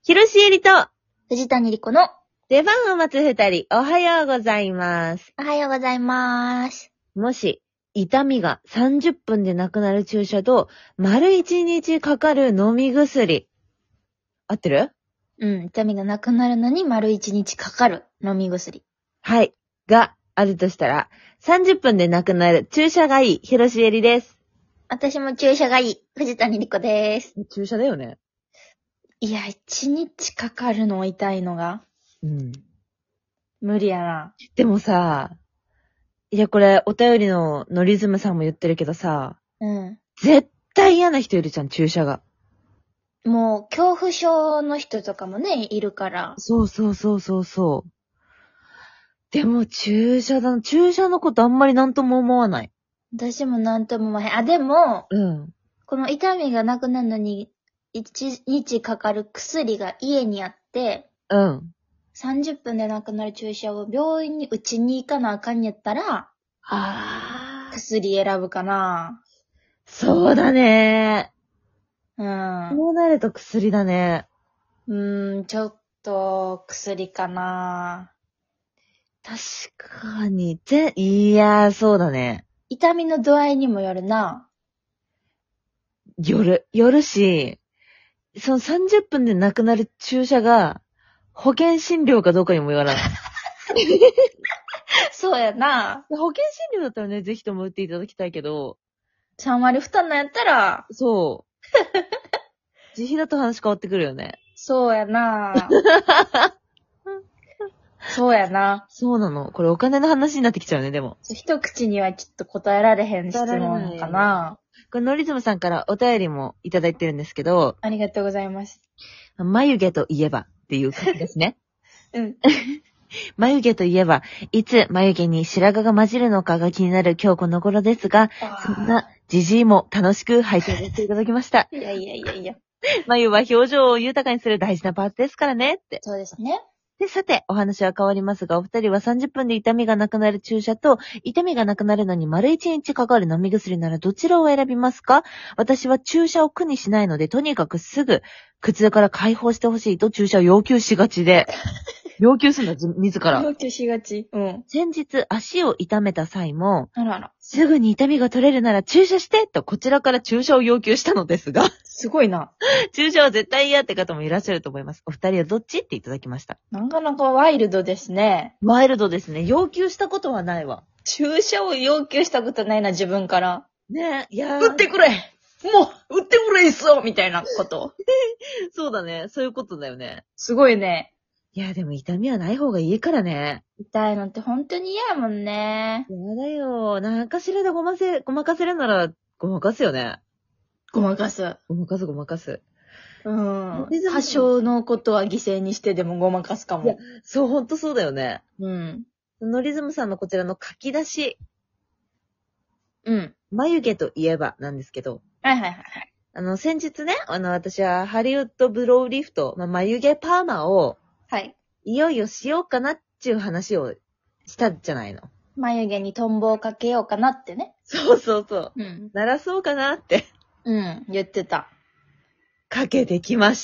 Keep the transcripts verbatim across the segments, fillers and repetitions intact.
広しえりと藤谷莉子の出番を待つ二人、おはようございます。 おはようございます。 もし、痛みがさんじゅっぷんでなくなる注射と、丸いちにちかかる飲み薬。合ってる？ うん、痛みがなくなるのに丸一日かかる飲み薬。 はい。があるとしたら、さんじゅっぷんでなくなる注射がいい、広しえりです。 私も注射がいい、藤谷莉子です。 注射だよね。 いや、一日かかるの痛いのが。 うん。 無理やな。 でもさ、いやこれお便りのノリズムさんも言ってるけどさ、 うん。 絶対嫌な人いるじゃん、注射が。 もう、恐怖症の人とかもね、いるから。 そうそうそうそうそう。でも注射だな。注射のことあんまりなんとも思わない。 私もなんとも思わへん。あ、でも、 うん。 この痛みがなくなるのに、一日かかる薬が家にあって、 うん。 さんじゅっぷんでなくなる注射を病院に打ちに行かなあかんやったら、 あー。 薬選ぶかな。 そうだね。 うん。 そうなると薬だね。 うーん、ちょっと、薬かな。 確かに。ぜ、いやー、そうだね。 痛みの度合いにもよるな。 夜、夜し、そのさんじゅっぷんでなくなる注射が、保険診療かどうかにもよらない。 そうやな。 保険診療だったらね、ぜひとも打っていただきたいけど、 さん割負担なんやったら、 そう。自費だと話変わってくるよね。 そうやな。そうやな。 そうなの。これお金の話になってきちゃうね、でも。 一口にはちょっと答えられへん質問かな。 これノリズムさんからお便りもいただいてるんですけど、 ありがとうございます。 眉毛といえばっていう感じですね。 うん。 眉毛といえば、いつ眉毛に白髪が混じるのかが気になる今日この頃ですが、そんなジジイも楽しく拝見させていただきました。 いやいやいやいや。 眉は表情を豊かにする大事なパーツですからねって。 そうですね。 で、さて、お話は変わりますが、お二人はさんじゅっぷんで痛みがなくなる注射と、痛みがなくなるのに丸いちにちかかる飲み薬ならどちらを選びますか？私は注射を苦にしないので、とにかくすぐ苦痛から解放してほしいと注射を要求しがちで、要求するんだ、自自ら。 要求しがち。うん。 先日、足を痛めた際も、 あらあら。 すぐに痛みが取れるなら注射してとこちらから注射を要求したのですが、 すごいな。 注射は絶対嫌って方もいらっしゃると思います。お二人はどっちっていただきました。 なかなかワイルドですね。 ワイルドですね。要求したことはないわ。 注射を要求したことないな、自分から。 ねえ、いやー。 打ってくれもう、打ってくれいっそみたいなこと。 そうだね。そういうことだよね。 すごいね。 いや、でも痛みはない方がいいからね。 痛いのって本当に嫌やもんね。 やだよ。なんかしらでごませ、ごまかせるなら、ごまかすよね。 ごまかす。 ごまかすごまかす。 うん。 リズム多少のことは犠牲にしてでもごまかすかいやも。 そう、ほんとそうだよね。 うん。 ノリズムさんのこちらの書き出し、 うん。 眉毛といえばなんですけど、 はいはいはいはい。 あの、先日ね、あの、私はハリウッドブローリフト、まあ、眉毛パーマを、 はい。 いよいよしようかなっていう話をしたじゃないの。 眉毛にトンボをかけようかなってね。 そうそうそう。 うん。 鳴らそうかなってうん。言ってた。 かけてきました。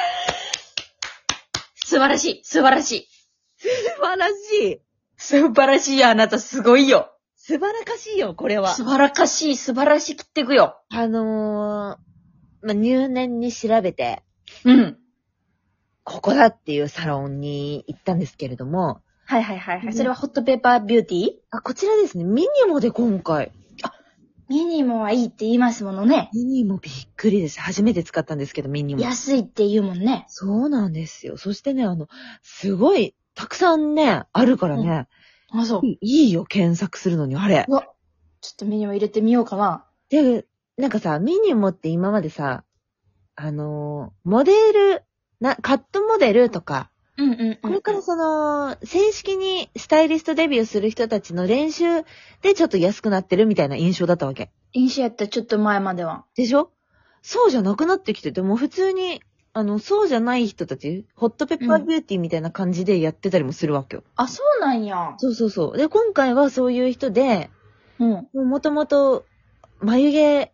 素晴らしい素晴らしい素晴らしい素晴らしいよ、あなたすごいよ。 素晴らしいよ、これは。 素晴らかしい、素晴らしきってくよ。 あのー、まあ、入念に調べて、 うん。 ここだっていうサロンに行ったんですけれども、 はいはいはいはうんい。それはホットペーパービューティーあ、こちらですね、ミニモで今回。 ミニモはいいって言いますものね。 ミニモびっくりです。初めて使ったんですけど、ミニモ。 安いって言うもんね。 そうなんですよ。そしてね、あの、すごい、たくさんね、あるからね、 あ、そう。 いいよ、検索するのに、あれ。 うわ、ちょっとミニモ入れてみようかな。 で、なんかさ、ミニモって今までさ、あのー、モデル、な、カットモデルとか、 うんうん、うん。 これからその、正式にスタイリストデビューする人たちの練習でちょっと安くなってるみたいな印象だったわけ。 飲酒やったちょっと前までは。 でしょ？そうじゃなくなってきてて、もう普通に、あの、そうじゃない人たち、ホットペッパービューティーみたいな感じでやってたりもするわけよ。 あ、そうなんや。 そうそうそう。で、今回はそういう人で、 うん。 もともと眉毛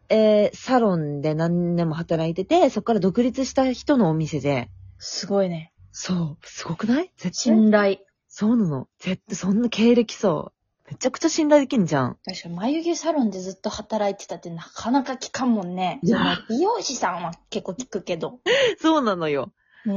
えー、サロンで何年も働いてて、そこから独立した人のお店で。 すごいね。 そう。すごくない絶対。 信頼。 そうなの。絶対、そんな経歴さ、めちゃくちゃ信頼できんじゃん。 確かに眉毛サロンでずっと働いてたってなかなか聞かんもんね。 いやその美容師さんは結構聞くけど。 そうなのよ。 うん。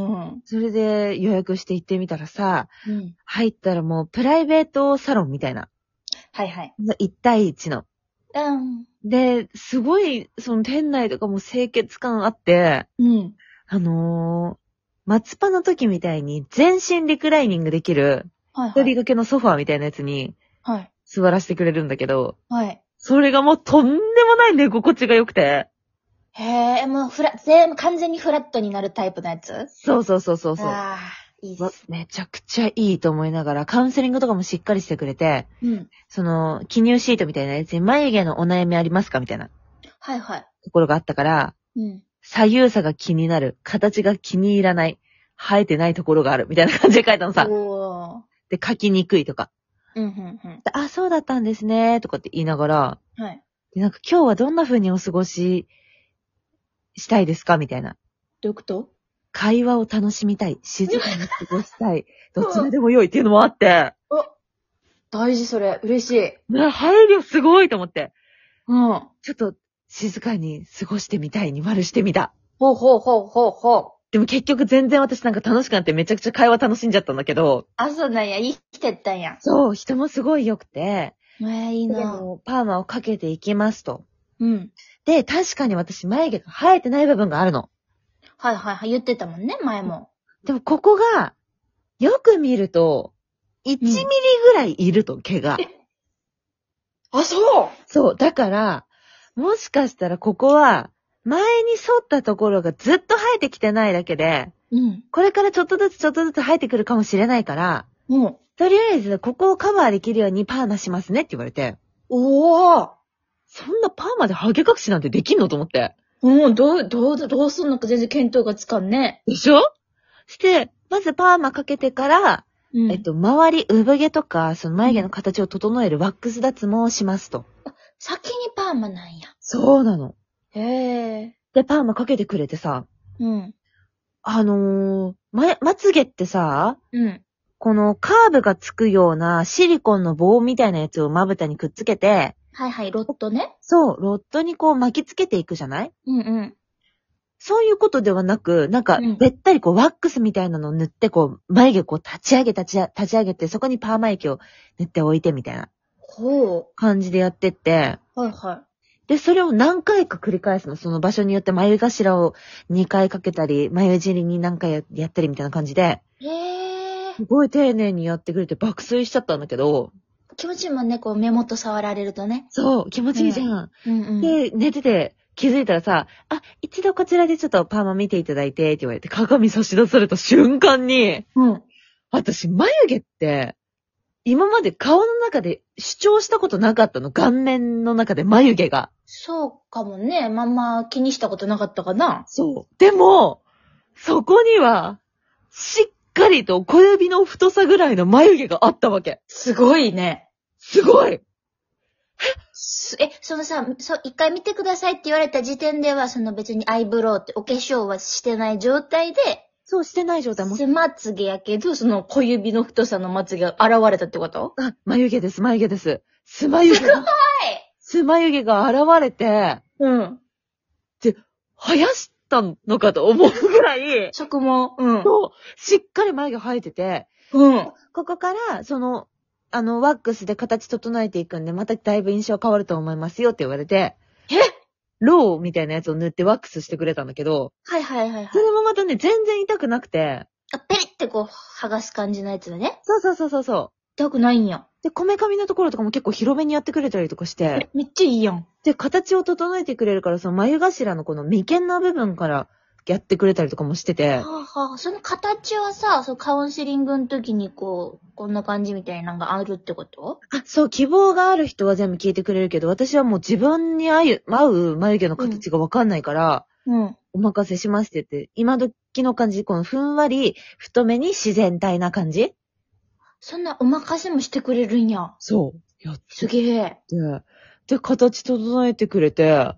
それで予約して行ってみたらさ、 うん。 入ったらもうプライベートサロンみたいな。 はいはい。 一対一の。 うん。 で、すごい、その店内とかも清潔感あって、 うん。 あのー、松葉の時みたいに全身リクライニングできる、 はいはい。 一人掛けのソファーみたいなやつにはい。 座らせてくれるんだけど、 はい。 それがもうとんでもない寝心地が良くて。 へえ、もうフラ、全部完全にフラットになるタイプのやつそうそうそうそうそう。 ああ、いいっわす。 めちゃくちゃいいと思いながら、カウンセリングとかもしっかりしてくれて、 うん。 その、記入シートみたいなやつに眉毛のお悩みありますかみたいなはいはい。 ところがあったから、 うん。 左右差が気になる、形が気に入らない、生えてないところがある、みたいな感じで書いたのさ。 おー。 で、書きにくいとか。 うん、うん、うん。 であ、そうだったんですね、とかって言いながら、 はい。 で、なんか今日はどんな風にお過ごししたいですかみたいな。 どういうこと会話を楽しみたい、静かに過ごしたい、どちらでも良いっていうのもあって、 お、大事それ。嬉しい。 ね、配慮すごいと思って、 うん。 ちょっと静かに過ごしてみたいに丸してみた。 ほうほうほうほうほう。 でも結局全然私なんか楽しくなってめちゃくちゃ会話楽しんじゃったんだけど、 あ、そうなんや。生きてったんや。 そう、人もすごい良くて、 えー、いいでな。 もパーマをかけていきますと。 うん。 で、確かに私眉毛が生えてない部分があるの。 はいはいはい。言ってたもんね、前も。 でもここが、よく見ると、いちミリぐらいいると、毛が。 あ、そうそう、だから、もしかしたらここは、前に沿ったところがずっと生えてきてないだけで、 うん。 これからちょっとずつちょっとずつ生えてくるかもしれないから、 もとりあえずここをカバーできるようにパーマしますねって言われて、 う。おー。 そんなパーマでハゲ隠しなんてできんのと思って。 うん、どう、どう、どうすんのか全然見当がつかんね。 でしょして、まずパーマかけてから、 うん。 えっと、周り、産毛とか、その眉毛の形を整えるワックス脱毛をしますと。 先にパーマなんや。 そうなの。 へえ。 で、パーマかけてくれてさ、 うん。 あのー、ま、まつげってさ、 うん。 このカーブがつくようなシリコンの棒みたいなやつをまぶたにくっつけて、 はいはい、ロットね。 そう、ロッドにこう巻きつけていくじゃない？ うんうん。 そういうことではなく、なんかうん、 べったりこうワックスみたいなのを塗って、こう、眉毛こう立ち上げ立ち立ち上げて、そこにパーマ液を塗っておいてみたいなほ感じでやってって、 う。はいはで、それを何回か繰り返すの。その場所によって眉頭をにかいかけたり、眉尻に何回やったりみたいな感じで、 い。へえ。 すごい丁寧にやってくれて爆睡しちゃったんだけど、 気持ちいいもんね、こう目元触られるとね。 そう、気持ちいいじゃん。 うんうん。 で、寝てて気づいたらさ、あ、一度こちらでちょっとパーマ見ていただいてって言われて、鏡差し出された瞬間に、 うん。 私眉毛って、今まで顔の中で主張したことなかったの。顔面の中で眉毛が。 そうかもね。まんま気にしたことなかったかな。 そう。でも、そこには、しっかりと小指の太さぐらいの眉毛があったわけ。 すごいね。 すごい。 すえ、そのさ、そう、一回見てくださいって言われた時点では、その別にアイブロウってお化粧はしてない状態で、 そうしてない状態も。 背まつげやけど、その小指の太さのまつげが現れたってこと？ あ、眉毛です、眉毛です。す眉毛が。す眉毛が現れて、 うん。 生やしたのかと思うぐらい、 食毛。うん。 そう、しっかり眉毛生えてて、 うん。 ここから、その、あの、ワックスで形整えていくんで、まただいぶ印象変わると思いますよって言われて、 えローみたいなやつを塗ってワックスしてくれたんだけど、 はいはいはいそはい。 れもまたね、全然痛くなくて、 あ、ペリってこう、剥がす感じのやつだね。 そうそうそうそうそう。 痛くないんや。 で、こめかみのところとかも結構広めにやってくれたりとかしてえ、、めっちゃいいやん。 で、形を整えてくれるから、その眉頭のこの眉間な部分からやってくれたりとかもしてて、 はあはあ、その形はさ、そうカウンセリングの時にこう、こんな感じみたいなのがあるってこと？ あ、そう、希望がある人は全部聞いてくれるけど、私はもう自分に合う、合う眉毛の形がわかんないから、 うん。 お任せしますって言って、今時の感じ、このふんわり、太めに自然体な感じ？ そんなお任せもしてくれるんや。 そう。やってすげえ。 て、で、形整えてくれて、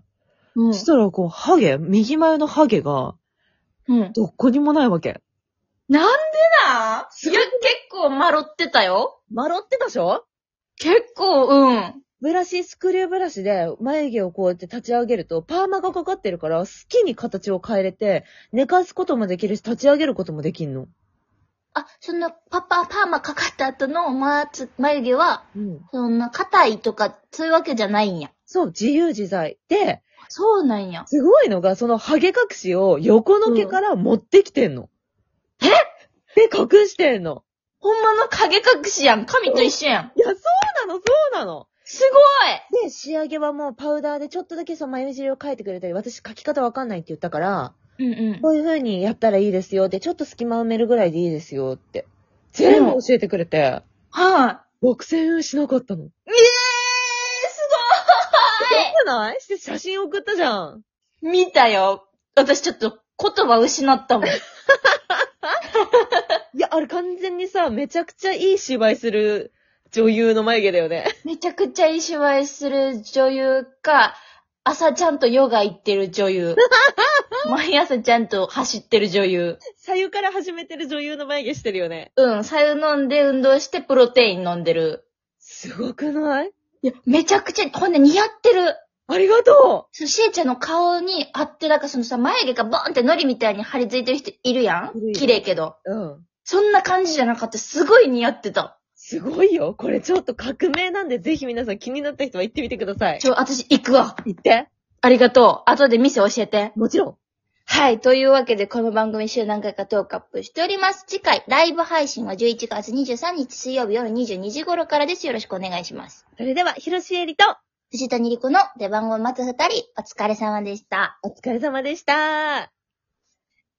うんそ。したらこう、ハゲ、右眉のハゲが、 うん。 どこにもないわけ。 なんでなんいや、結構まろってたよ。 まろってたでしょ？ 結構、うん。 ブラシ、スクリューブラシで眉毛をこうやって立ち上げると、パーマがかかってるから、好きに形を変えれて、寝かすこともできるし、立ち上げることもできんの。 あ、その、パパ、パーマかかった後のまつ、眉毛は、 うん。 そんな、硬いとか、そういうわけじゃないんや。 そう、自由自在。で、 そうなんや。 すごいのが、そのハゲ隠しを横の毛から持ってきてんの。 えで、隠してんの。 ほんまの影隠しやん。髪と一緒やん。 いや、そうなの、そうなの。 すごで、仕上げはもうパウダーでちょっとだけその眉尻を描いてくれたり、私書き方わかんないって言ったから、 いうんうん。 こういう風にやったらいいですよ。で、ちょっと隙間埋めるぐらいでいいですよって。全部教えてくれて、 はろくせんえんしなかったの。 い。ええー、すごよくないして写真送ったじゃん。 い見たよ。私ちょっと言葉失ったもん。 いや、あれ完全にさ、めちゃくちゃいい芝居する女優の眉毛だよね。 めちゃくちゃいい芝居する女優か、朝ちゃんとヨガ行ってる女優。毎朝ちゃんと走ってる女優。 左右から始めてる女優の眉毛してるよね。 うん、左右飲んで運動してプロテイン飲んでる。 すごくない？ いや、めちゃくちゃ、ほんで似合ってる。 ありがとそのしえちゃんの顔にあって、なんかそのさ、眉毛がボーンってノリみたいに張り付いてる人いるやんいるよ綺麗けど。 う。うん。 そんな感じじゃなかった。すごい似合ってた。 すごいよ。これちょっと革命なんで、ぜひ皆さん気になった人は行ってみてください。 ちょ、私行くわ。 行って。 ありがとう。後で店教えて。 もちろん。 はい。というわけで、この番組週何回かトークアップしております。次回、ライブ配信はじゅういちがつにじゅうさんにち水曜日夜にじゅうにじ頃からです。よろしくお願いします。 それでは、広しえりと、 藤谷莉子の出番を待つ二人、お疲れ様でした。 お疲れ様でした。